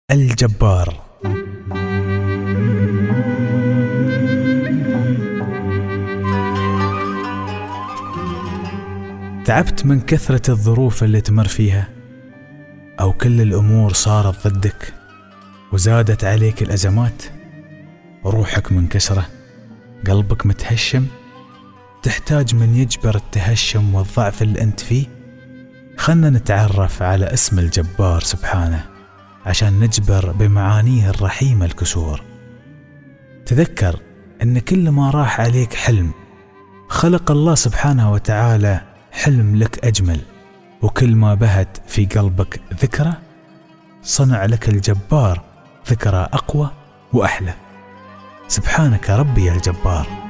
الجبار. تعبت من كثرة الظروف اللي تمر فيها، أو كل الأمور صارت ضدك وزادت عليك الأزمات، روحك منكسرة، قلبك متهشم، تحتاج من يجبر التهشم والضعف اللي أنت فيه. خلنا نتعرف على اسم الجبار سبحانه عشان نجبر بمعانيه الرحيمة الكسور. تذكر أن كل ما راح عليك حلم خلق الله سبحانه وتعالى حلم لك أجمل، وكل ما بهت في قلبك ذكرى صنع لك الجبار ذكرى أقوى وأحلى. سبحانك ربي يا الجبار.